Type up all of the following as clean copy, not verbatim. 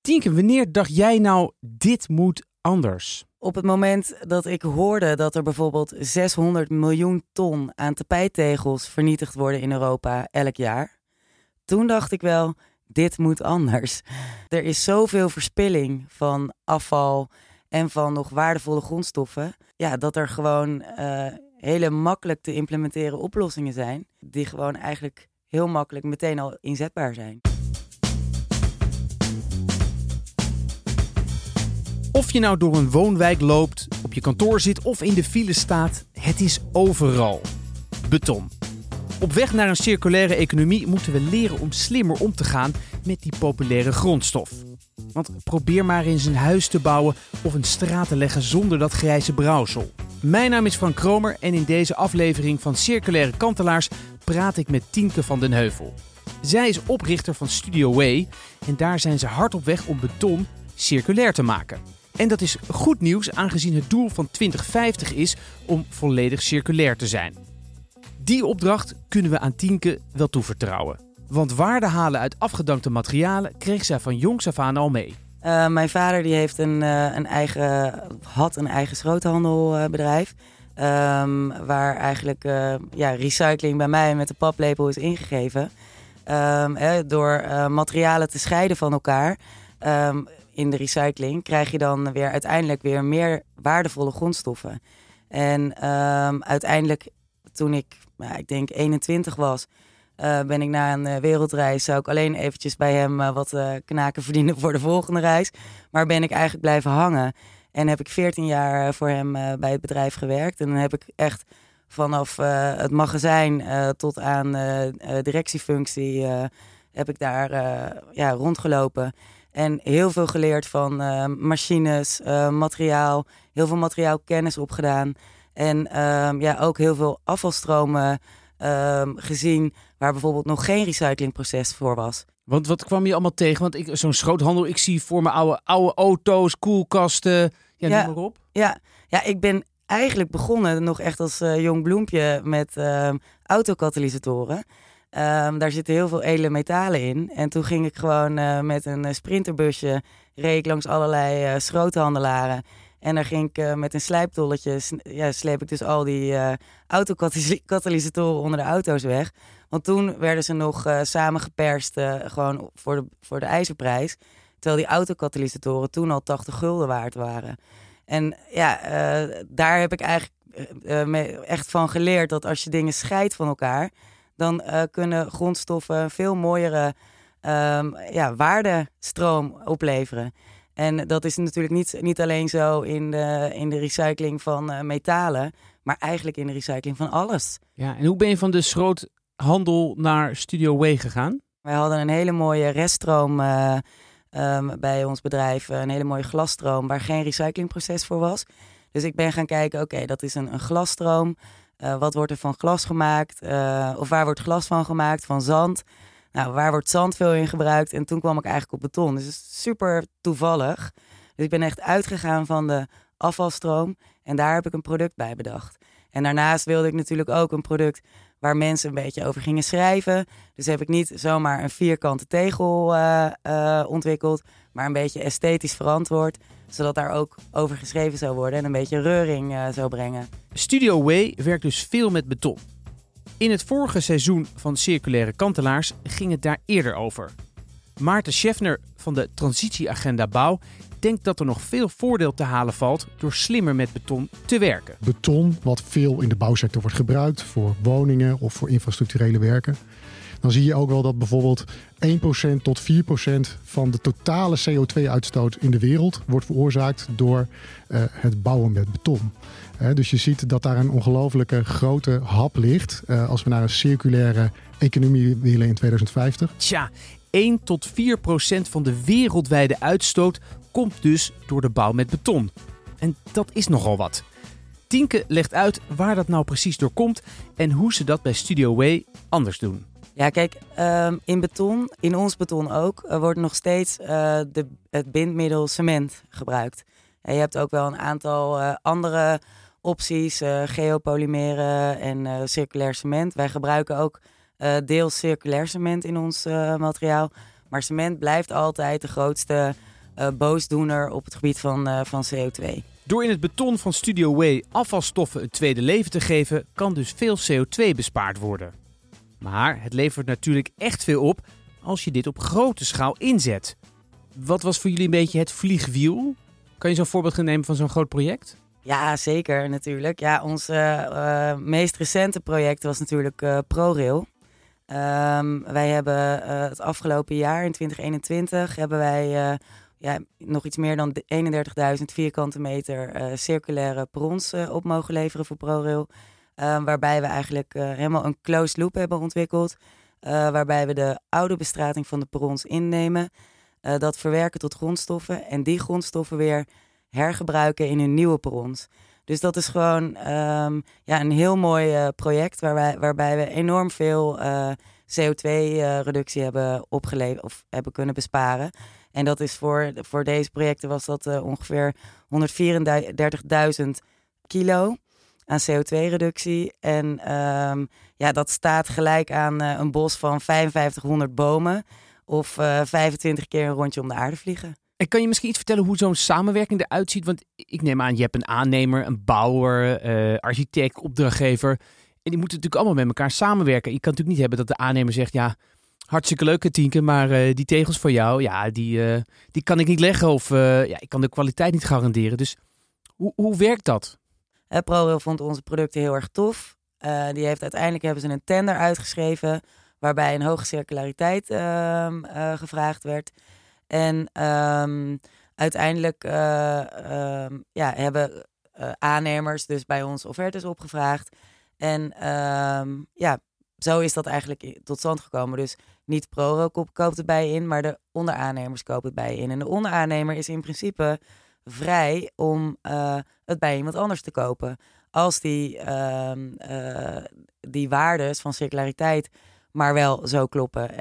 Tienke, wanneer dacht jij nou, dit moet anders? Op het moment dat ik hoorde dat er bijvoorbeeld 600 miljoen ton aan tapijttegels vernietigd worden in Europa elk jaar, toen dacht ik wel, dit moet anders. Er is zoveel verspilling van afval en van nog waardevolle grondstoffen, dat er gewoon hele makkelijk te implementeren oplossingen zijn, die gewoon eigenlijk heel makkelijk meteen al inzetbaar zijn. Of je nou door een woonwijk loopt, op je kantoor zit of in de file staat, het is overal beton. Op weg naar een circulaire economie moeten we leren om slimmer om te gaan met die populaire grondstof. Want probeer maar eens een huis te bouwen of een straat te leggen zonder dat grijze brouwsel. Mijn naam is Frank Kromer en in deze aflevering van Circulaire Kantelaars praat ik met Tienke van den Heuvel. Zij is oprichter van Studio Way en daar zijn ze hard op weg om beton circulair te maken. En dat is goed nieuws aangezien het doel van 2050 is om volledig circulair te zijn. Die opdracht kunnen we aan Tienke wel toevertrouwen. Want waarde halen uit afgedankte materialen kreeg zij van jongs af aan al mee. Mijn vader die heeft had een eigen schroothandelbedrijf. Waar eigenlijk recycling bij mij met de paplepel is ingegeven. Door materialen te scheiden van elkaar in de recycling krijg je dan weer uiteindelijk weer meer waardevolle grondstoffen. En uiteindelijk toen ik denk 21 was, ben ik na een wereldreis, zou ik alleen eventjes bij hem wat knaken verdienen voor de volgende reis. Maar ben ik eigenlijk blijven hangen. En heb ik 14 jaar voor hem bij het bedrijf gewerkt. En dan heb ik echt vanaf het magazijn tot aan directiefunctie heb ik daar rondgelopen. En heel veel geleerd van machines, materiaal, heel veel materiaalkennis opgedaan. En ook heel veel afvalstromen gezien waar bijvoorbeeld nog geen recyclingproces voor was. Want wat kwam je allemaal tegen? Want zo'n schroothandel, ik zie voor me oude auto's, koelkasten, noem maar op. Ja, ik ben eigenlijk begonnen nog echt als jong bloempje met autokatalysatoren. Daar zitten heel veel edele metalen in. En toen ging ik gewoon met een sprinterbusje, reed ik langs allerlei schroothandelaren. En daar ging ik met een slijptolletje, sleep ik dus al die autokatalysatoren onder de auto's weg. Want toen werden ze nog samengeperst gewoon voor de ijzerprijs. Terwijl die autokatalysatoren toen al 80 gulden waard waren. En daar heb ik eigenlijk echt van geleerd dat als je dingen scheidt van elkaar, dan kunnen grondstoffen veel mooiere waardestroom opleveren. En dat is natuurlijk niet alleen zo in de recycling van metalen, maar eigenlijk in de recycling van alles. Ja, en hoe ben je van de schroothandel naar Studio Way gegaan? Wij hadden een hele mooie reststroom bij ons bedrijf, een hele mooie glasstroom waar geen recyclingproces voor was. Dus ik ben gaan kijken, oké, dat is een glasstroom. Wat wordt er van glas gemaakt? Of waar wordt glas van gemaakt? Van zand? Nou, waar wordt zand veel in gebruikt? En toen kwam ik eigenlijk op beton. Dus het is super toevallig. Dus ik ben echt uitgegaan van de afvalstroom. En daar heb ik een product bij bedacht. En daarnaast wilde ik natuurlijk ook een product waar mensen een beetje over gingen schrijven. Dus heb ik niet zomaar een vierkante tegel ontwikkeld, maar een beetje esthetisch verantwoord, zodat daar ook over geschreven zou worden en een beetje reuring zou brengen. Studio Way werkt dus veel met beton. In het vorige seizoen van Circulaire Kantelaars ging het daar eerder over. Maarten Scheffner van de Transitieagenda Bouw denkt dat er nog veel voordeel te halen valt door slimmer met beton te werken. Beton, wat veel in de bouwsector wordt gebruikt voor woningen of voor infrastructurele werken. Dan zie je ook wel dat bijvoorbeeld 1% tot 4% van de totale CO2-uitstoot in de wereld wordt veroorzaakt door het bouwen met beton. Dus je ziet dat daar een ongelooflijke grote hap ligt als we naar een circulaire economie willen in 2050. Tja, 1 tot 4% van de wereldwijde uitstoot komt dus door de bouw met beton. En dat is nogal wat. Tienke legt uit waar dat nou precies door komt en hoe ze dat bij Studio Way anders doen. Ja, kijk, in beton, in ons beton ook, wordt nog steeds het bindmiddel cement gebruikt. En je hebt ook wel een aantal andere opties, geopolymeren en circulair cement. Wij gebruiken ook deels circulair cement in ons materiaal. Maar cement blijft altijd de grootste boosdoener op het gebied van CO2. Door in het beton van Studio Way afvalstoffen een tweede leven te geven, kan dus veel CO2 bespaard worden. Maar het levert natuurlijk echt veel op als je dit op grote schaal inzet. Wat was voor jullie een beetje het vliegwiel? Kan je zo'n voorbeeld gaan nemen van zo'n groot project? Ja, zeker natuurlijk. Ja, ons meest recente project was natuurlijk ProRail. Wij hebben het afgelopen jaar, in 2021, hebben wij nog iets meer dan 31.000 vierkante meter circulaire perrons op mogen leveren voor ProRail. Waarbij we eigenlijk helemaal een closed loop hebben ontwikkeld. Waarbij we de oude bestrating van de perrons innemen. Dat verwerken tot grondstoffen. En die grondstoffen weer hergebruiken in hun nieuwe perrons. Dus dat is gewoon een heel mooi project. Waarbij we enorm veel CO2-reductie hebben opgeleverd of hebben kunnen besparen. En dat is voor deze projecten was dat ongeveer 134.000 kilo aan CO2-reductie. En dat staat gelijk aan een bos van 5500 bomen of 25 keer een rondje om de aarde vliegen. En kan je misschien iets vertellen hoe zo'n samenwerking eruit ziet? Want ik neem aan, je hebt een aannemer, een bouwer, architect, opdrachtgever. En die moeten natuurlijk allemaal met elkaar samenwerken. Je kan natuurlijk niet hebben dat de aannemer zegt, ja, hartstikke leuk Tienke, maar die tegels voor jou, ja, die kan ik niet leggen. Of ik kan de kwaliteit niet garanderen. Dus hoe werkt dat? ProRail vond onze producten heel erg tof. Uiteindelijk hebben ze een tender uitgeschreven waarbij een hoge circulariteit gevraagd werd. En uiteindelijk hebben aannemers dus bij ons offertes opgevraagd. En zo is dat eigenlijk tot stand gekomen. Dus niet ProRail koopt het bij je in, maar de onderaannemers kopen het bij je in. En de onderaannemer is in principe vrij om het bij iemand anders te kopen. Als die waardes van circulariteit maar wel zo kloppen.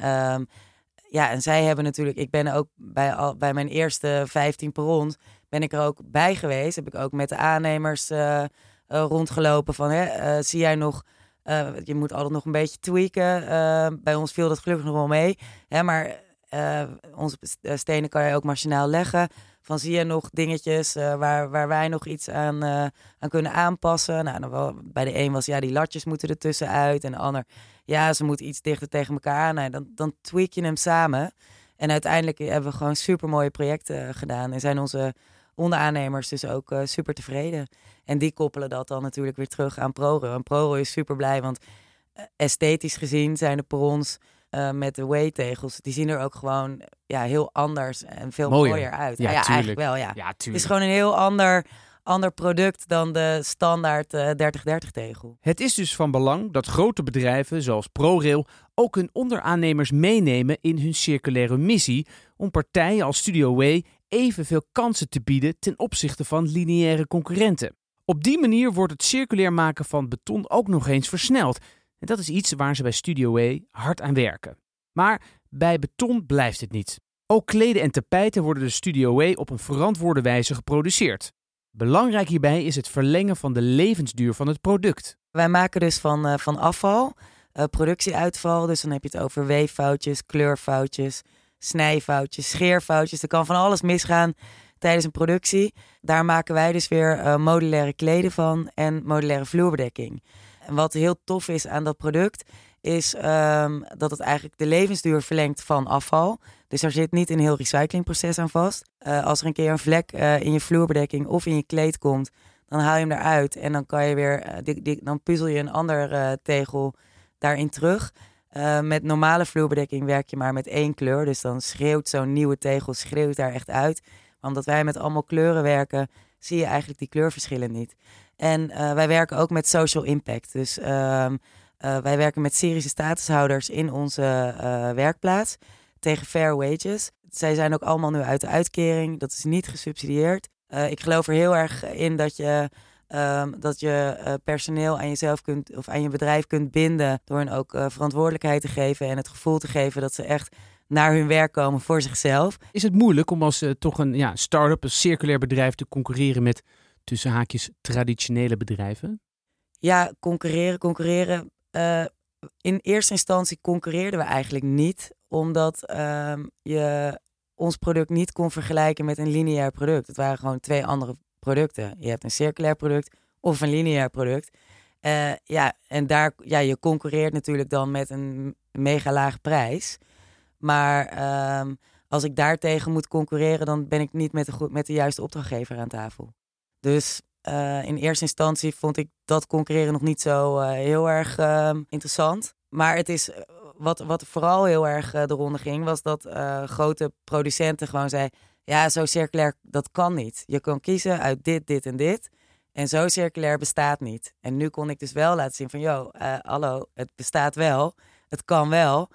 En zij hebben natuurlijk... Ik ben ook bij mijn eerste 15 perrons ben ik er ook bij geweest. Heb ik ook met de aannemers rondgelopen van... zie jij nog... je moet altijd nog een beetje tweaken. Bij ons viel dat gelukkig nog wel mee. Maar onze stenen kan je ook machinaal leggen. Van zie je nog dingetjes waar wij nog iets aan kunnen aanpassen. Nou, bij de een was die latjes moeten er tussenuit. En de ander, ze moeten iets dichter tegen elkaar aan. Dan tweak je hem samen. En uiteindelijk hebben we gewoon super mooie projecten gedaan. En zijn onze onderaannemers dus ook super tevreden. En die koppelen dat dan natuurlijk weer terug aan ProRail. En ProRail is super blij, want esthetisch gezien zijn de perrons met de Way-tegels, die zien er ook gewoon heel anders en veel mooier uit. Ja, eigenlijk wel, ja. Het is gewoon een heel ander product dan de standaard 30-30 tegel. Het is dus van belang dat grote bedrijven zoals ProRail ook hun onderaannemers meenemen in hun circulaire missie om partijen als Studio Way evenveel kansen te bieden ten opzichte van lineaire concurrenten. Op die manier wordt het circulair maken van beton ook nog eens versneld. En dat is iets waar ze bij Studio Way hard aan werken. Maar bij beton blijft het niet. Ook kleden en tapijten worden door Studio Way op een verantwoorde wijze geproduceerd. Belangrijk hierbij is het verlengen van de levensduur van het product. Wij maken dus van afval, productieuitval. Dus dan heb je het over weeffoutjes, kleurfoutjes, snijfoutjes, scheerfoutjes. Er kan van alles misgaan tijdens een productie. Daar maken wij dus weer modulaire kleden van en modulaire vloerbedekking. En wat heel tof is aan dat product is dat het eigenlijk de levensduur verlengt van afval. Dus er zit niet een heel recyclingproces aan vast. Als er een keer een vlek in je vloerbedekking of in je kleed komt, dan haal je hem eruit en dan kan je weer, dan puzzel je een ander tegel daarin terug. Met normale vloerbedekking werk je maar met één kleur. Dus dan schreeuwt zo'n nieuwe tegel daar echt uit. Maar omdat wij met allemaal kleuren werken, zie je eigenlijk die kleurverschillen niet. En wij werken ook met social impact. Dus wij werken met Syrische statushouders in onze werkplaats tegen fair wages. Zij zijn ook allemaal nu uit de uitkering. Dat is niet gesubsidieerd. Ik geloof er heel erg in dat je personeel aan jezelf kunt of aan je bedrijf kunt binden door hen ook verantwoordelijkheid te geven en het gevoel te geven dat ze echt naar hun werk komen voor zichzelf. Is het moeilijk om als toch een start-up, een circulair bedrijf te concurreren met tussen haakjes traditionele bedrijven? Ja, concurreren. In eerste instantie concurreerden we eigenlijk niet, omdat je ons product niet kon vergelijken met een lineair product. Het waren gewoon 2 andere producten. Je hebt een circulair product of een lineair product. En daar, je concurreert natuurlijk dan met een mega lage prijs. Maar als ik daartegen moet concurreren, dan ben ik niet met de juiste opdrachtgever aan tafel. Dus in eerste instantie vond ik dat concurreren nog niet zo heel erg interessant. Maar het is wat vooral heel erg de ronde ging, was dat grote producenten gewoon zeiden, ja, zo circulair, dat kan niet. Je kan kiezen uit dit, dit en dit. En zo circulair bestaat niet. En nu kon ik dus wel laten zien van, hallo, het bestaat wel. Het kan wel.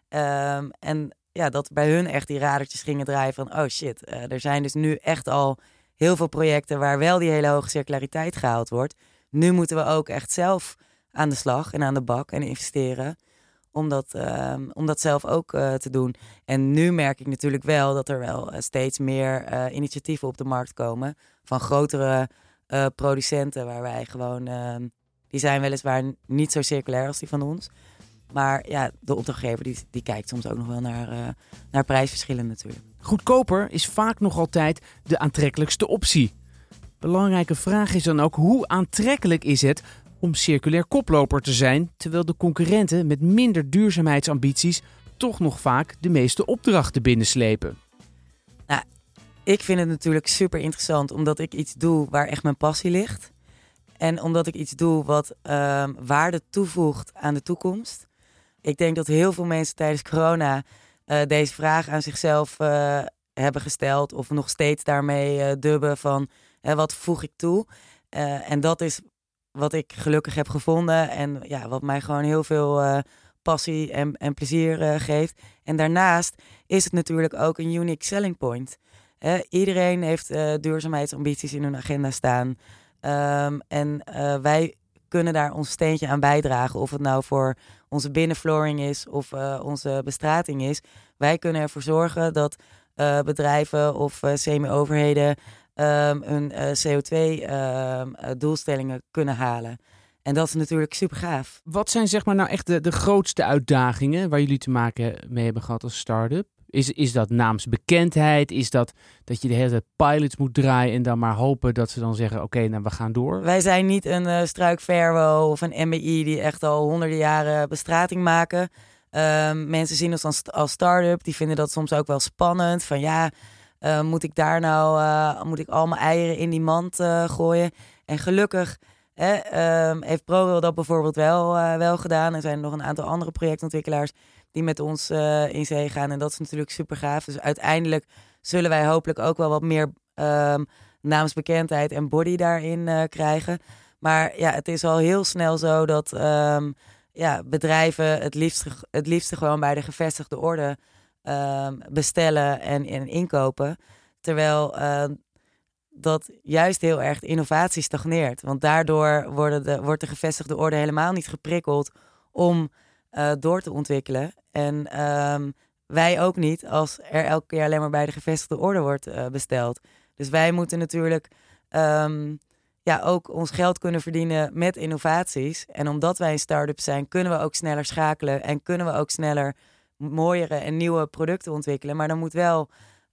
En ja, dat bij hun echt die radertjes gingen draaien van, oh shit, er zijn dus nu echt al heel veel projecten waar wel die hele hoge circulariteit gehaald wordt. Nu moeten we ook echt zelf aan de slag en aan de bak en investeren om dat zelf ook te doen. En nu merk ik natuurlijk wel dat er wel steeds meer initiatieven op de markt komen van grotere producenten waar wij gewoon, die zijn weliswaar niet zo circulair als die van ons. Maar ja, de opdrachtgever die kijkt soms ook nog wel naar prijsverschillen natuurlijk. Goedkoper is vaak nog altijd de aantrekkelijkste optie. Belangrijke vraag is dan ook, hoe aantrekkelijk is het om circulair koploper te zijn, terwijl de concurrenten met minder duurzaamheidsambities toch nog vaak de meeste opdrachten binnenslepen? Nou, ik vind het natuurlijk super interessant omdat ik iets doe waar echt mijn passie ligt. En omdat ik iets doe wat waarde toevoegt aan de toekomst. Ik denk dat heel veel mensen tijdens corona deze vraag aan zichzelf hebben gesteld. Of nog steeds daarmee dubben van wat voeg ik toe. En dat is wat ik gelukkig heb gevonden. En ja, wat mij gewoon heel veel passie en plezier geeft. En daarnaast is het natuurlijk ook een unique selling point. Iedereen heeft duurzaamheidsambities in hun agenda staan. En wij kunnen daar ons steentje aan bijdragen. Of het nou voor onze binnenflooring is of onze bestrating is. Wij kunnen ervoor zorgen dat bedrijven of semi-overheden hun CO2-doelstellingen kunnen halen. En dat is natuurlijk super gaaf. Wat zijn zeg maar nou echt de grootste uitdagingen waar jullie te maken mee hebben gehad als start-up? Is dat naamsbekendheid? Is dat je de hele tijd pilots moet draaien en dan maar hopen dat ze dan zeggen, oké, nou we gaan door? Wij zijn niet een Struik Verwo of een MBI die echt al honderden jaren bestrating maken. Mensen zien ons als start-up. Die vinden dat soms ook wel spannend. Van moet ik daar nou, moet ik al mijn eieren in die mand gooien? En gelukkig heeft ProRail dat bijvoorbeeld wel gedaan. Er zijn nog een aantal andere projectontwikkelaars die met ons in zee gaan. En dat is natuurlijk super gaaf. Dus uiteindelijk zullen wij hopelijk ook wel wat meer naamsbekendheid en body daarin krijgen. Maar ja, het is al heel snel zo dat bedrijven het liefste gewoon bij de gevestigde orde bestellen en inkopen. Terwijl dat juist heel erg de innovatie stagneert. Want daardoor wordt de gevestigde orde helemaal niet geprikkeld om door te ontwikkelen. En wij ook niet als er elke keer alleen maar bij de gevestigde orde wordt besteld. Dus wij moeten natuurlijk ook ons geld kunnen verdienen met innovaties. En omdat wij een start-up zijn, kunnen we ook sneller schakelen en kunnen we ook sneller mooiere en nieuwe producten ontwikkelen. Maar dan moet wel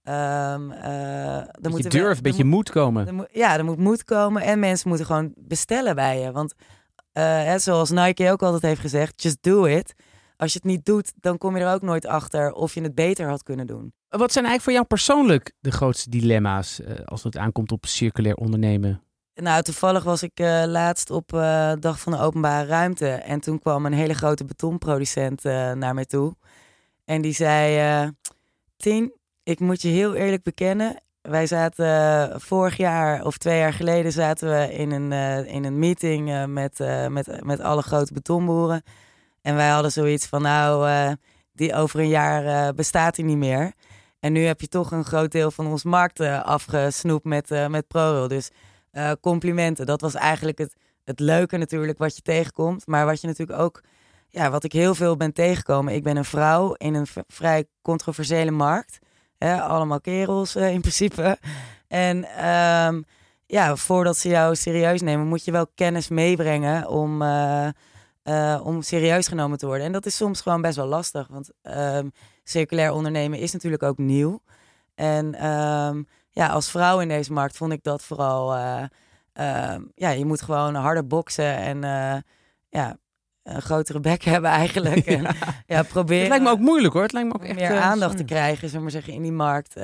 een beetje moed komen. Er moet moed komen en mensen moeten gewoon bestellen bij je. Want zoals Nike ook altijd heeft gezegd, just do it. Als je het niet doet, dan kom je er ook nooit achter of je het beter had kunnen doen. Wat zijn eigenlijk voor jou persoonlijk de grootste dilemma's als het aankomt op circulair ondernemen? Nou, toevallig was ik laatst op Dag van de Openbare Ruimte. En toen kwam een hele grote betonproducent naar mij toe. En die zei, Tien, ik moet je heel eerlijk bekennen. Wij zaten vorig jaar of 2 jaar geleden zaten we in een meeting met alle grote betonboeren. En wij hadden zoiets van, die over een jaar bestaat die niet meer. En nu heb je toch een groot deel van ons markt afgesnoept met ProRail. Dus complimenten. Dat was eigenlijk het leuke natuurlijk wat je tegenkomt. Maar wat je natuurlijk ook, wat ik heel veel ben tegengekomen. Ik ben een vrouw in een vrij controversiële markt. Allemaal kerels in principe. En voordat ze jou serieus nemen, moet je wel kennis meebrengen om serieus genomen te worden. En dat is soms gewoon best wel lastig. Want circulair ondernemen is natuurlijk ook nieuw. En als vrouw in deze markt vond ik dat vooral... je moet gewoon harder boksen en een grotere bek hebben eigenlijk. En, proberen... Het lijkt me ook moeilijk hoor. Het lijkt me ook echt meer aandacht te krijgen, zullen we maar zeggen, in die markt.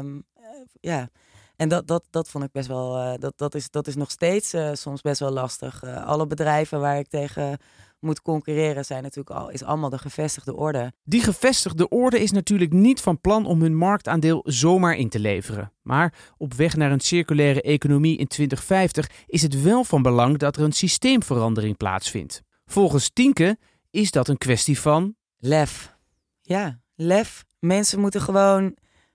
En dat vond ik best wel... Dat is nog steeds soms best wel lastig. Alle bedrijven waar ik tegen moet concurreren zijn natuurlijk is allemaal de gevestigde orde. Die gevestigde orde is natuurlijk niet van plan om hun marktaandeel zomaar in te leveren. Maar op weg naar een circulaire economie in 2050 is het wel van belang dat er een systeemverandering plaatsvindt. Volgens Tienke is dat een kwestie van... Lef. Ja, lef. Mensen moeten gewoon...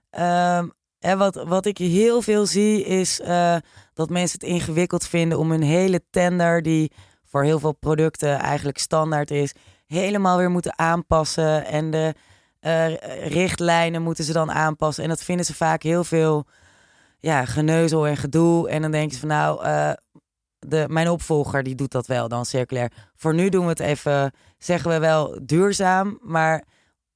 Wat ik heel veel zie is dat mensen het ingewikkeld vinden om hun hele tender, die voor heel veel producten eigenlijk standaard is, helemaal weer moeten aanpassen. En de richtlijnen moeten ze dan aanpassen. En dat vinden ze vaak heel veel geneuzel en gedoe. En dan denken ze van mijn opvolger die doet dat wel dan circulair. Voor nu doen we het even, zeggen we wel duurzaam, maar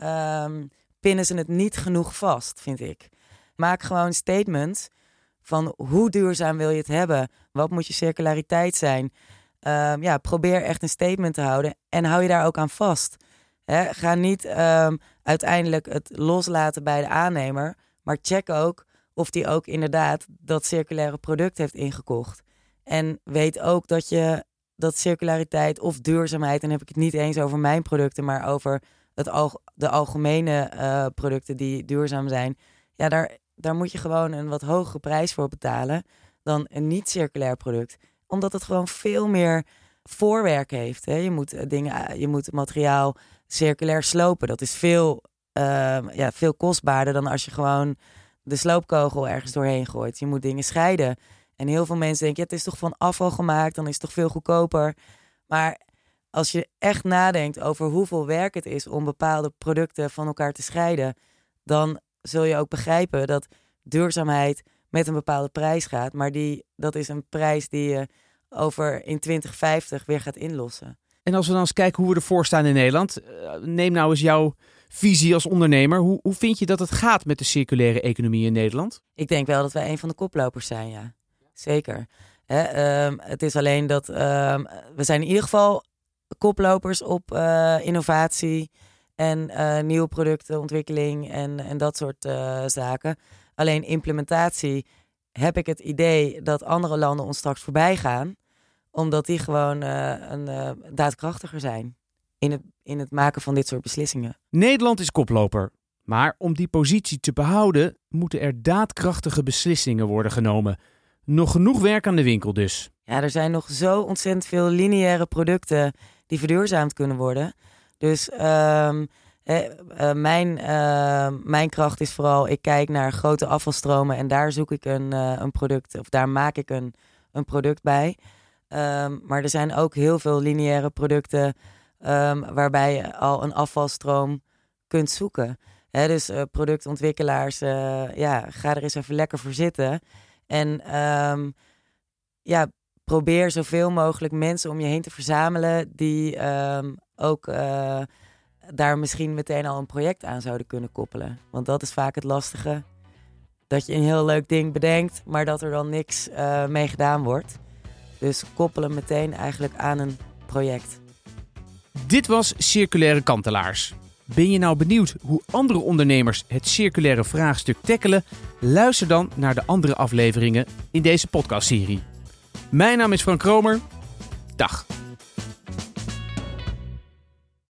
pinnen ze het niet genoeg vast, vind ik. Maak gewoon statements van hoe duurzaam wil je het hebben? Wat moet je circulariteit zijn? Probeer echt een statement te houden en hou je daar ook aan vast. Ga niet uiteindelijk het loslaten bij de aannemer, maar check ook of die ook inderdaad dat circulaire product heeft ingekocht. En weet ook dat circulariteit of duurzaamheid, en dan heb ik het niet eens over mijn producten, maar over de algemene producten die duurzaam zijn. Ja, daar moet je gewoon een wat hogere prijs voor betalen dan een niet-circulair product. Omdat het gewoon veel meer voorwerk heeft. Hè? Je moet materiaal circulair slopen. Dat is veel kostbaarder dan als je gewoon de sloopkogel ergens doorheen gooit. Je moet dingen scheiden. En heel veel mensen denken, het is toch van afval gemaakt, dan is het toch veel goedkoper. Maar als je echt nadenkt over hoeveel werk het is om bepaalde producten van elkaar te scheiden, dan zul je ook begrijpen dat duurzaamheid met een bepaalde prijs gaat. Maar dat is een prijs die je in 2050 weer gaat inlossen. En als we dan eens kijken hoe we ervoor staan in Nederland. Neem nou eens jouw visie als ondernemer. Hoe vind je dat het gaat met de circulaire economie in Nederland? Ik denk wel dat wij een van de koplopers zijn, ja. Zeker. Het is alleen dat we zijn in ieder geval koplopers op innovatie en nieuwe productenontwikkeling en dat soort zaken. Alleen implementatie heb ik het idee dat andere landen ons straks voorbij gaan, omdat die gewoon daadkrachtiger zijn in het maken van dit soort beslissingen. Nederland is koploper. Maar om die positie te behouden, moeten er daadkrachtige beslissingen worden genomen. Nog genoeg werk aan de winkel dus. Ja, er zijn nog zo ontzettend veel lineaire producten die verduurzaamd kunnen worden. Dus mijn kracht is vooral, ik kijk naar grote afvalstromen en daar zoek ik een product, of daar maak ik een product bij. Maar er zijn ook heel veel lineaire producten waarbij je al een afvalstroom kunt zoeken. Dus productontwikkelaars, ga er eens even lekker voor zitten. En probeer zoveel mogelijk mensen om je heen te verzamelen die ook daar misschien meteen al een project aan zouden kunnen koppelen. Want dat is vaak het lastige. Dat je een heel leuk ding bedenkt, maar dat er dan niks mee gedaan wordt. Dus koppelen meteen eigenlijk aan een project. Dit was Circulaire Kantelaars. Ben je nou benieuwd hoe andere ondernemers het circulaire vraagstuk tackelen? Luister dan naar de andere afleveringen in deze podcastserie. Mijn naam is Frank Kromer. Dag.